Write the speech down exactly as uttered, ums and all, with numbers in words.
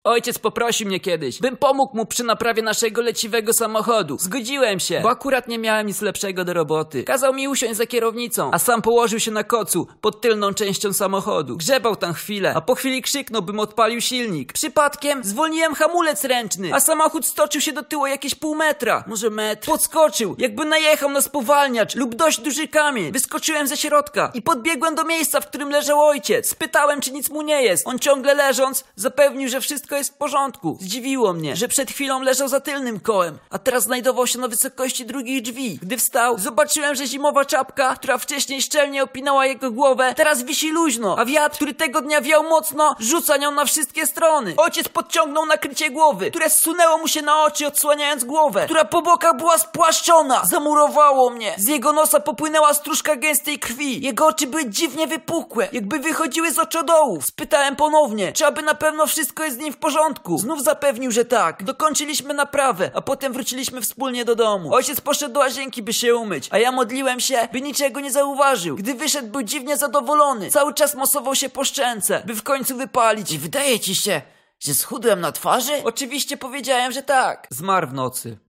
Ojciec poprosił mnie kiedyś, bym pomógł mu przy naprawie naszego leciwego samochodu. Zgodziłem się, bo akurat nie miałem nic lepszego do roboty. Kazał mi usiąść za kierownicą, a sam położył się na kocu pod tylną częścią samochodu. Grzebał tam chwilę, a po chwili krzyknął, bym odpalił silnik. Przypadkiem zwolniłem hamulec ręczny, a samochód stoczył się do tyłu jakieś pół metra, może metr. Podskoczył, jakby najechał na spowalniacz lub dość duży kamień. Wyskoczyłem ze środka i podbiegłem do miejsca, w którym leżał ojciec. Spytałem, czy nic mu nie jest. On ciągle leżąc zapewnił, że wszystko jest w porządku. Zdziwiło mnie, że przed chwilą leżał za tylnym kołem, a teraz znajdował się na wysokości drugich drzwi. Gdy wstał, zobaczyłem, że zimowa czapka, która wcześniej szczelnie opinała jego głowę, teraz wisi luźno, a wiatr, który tego dnia wiał mocno, rzuca nią na wszystkie strony. Ojciec podciągnął nakrycie głowy, które zsunęło mu się na oczy, odsłaniając głowę, która po bokach była spłaszczona. Zamurowało mnie. Z jego nosa popłynęła stróżka gęstej krwi. Jego oczy były dziwnie wypukłe, jakby wychodziły z oczodołów. Spytałem ponownie, czy aby na pewno wszystko jest z nim w porządku. Znów zapewnił, że tak. Dokończyliśmy naprawę, a potem wróciliśmy wspólnie do domu. Ojciec poszedł do łazienki, by się umyć, a ja modliłem się, by niczego nie zauważył. Gdy wyszedł, był dziwnie zadowolony. Cały czas mosował się po szczęce, by w końcu wypalić. Wydaje ci się, że schudłem na twarzy? Oczywiście powiedziałem, że tak. Zmarł w nocy.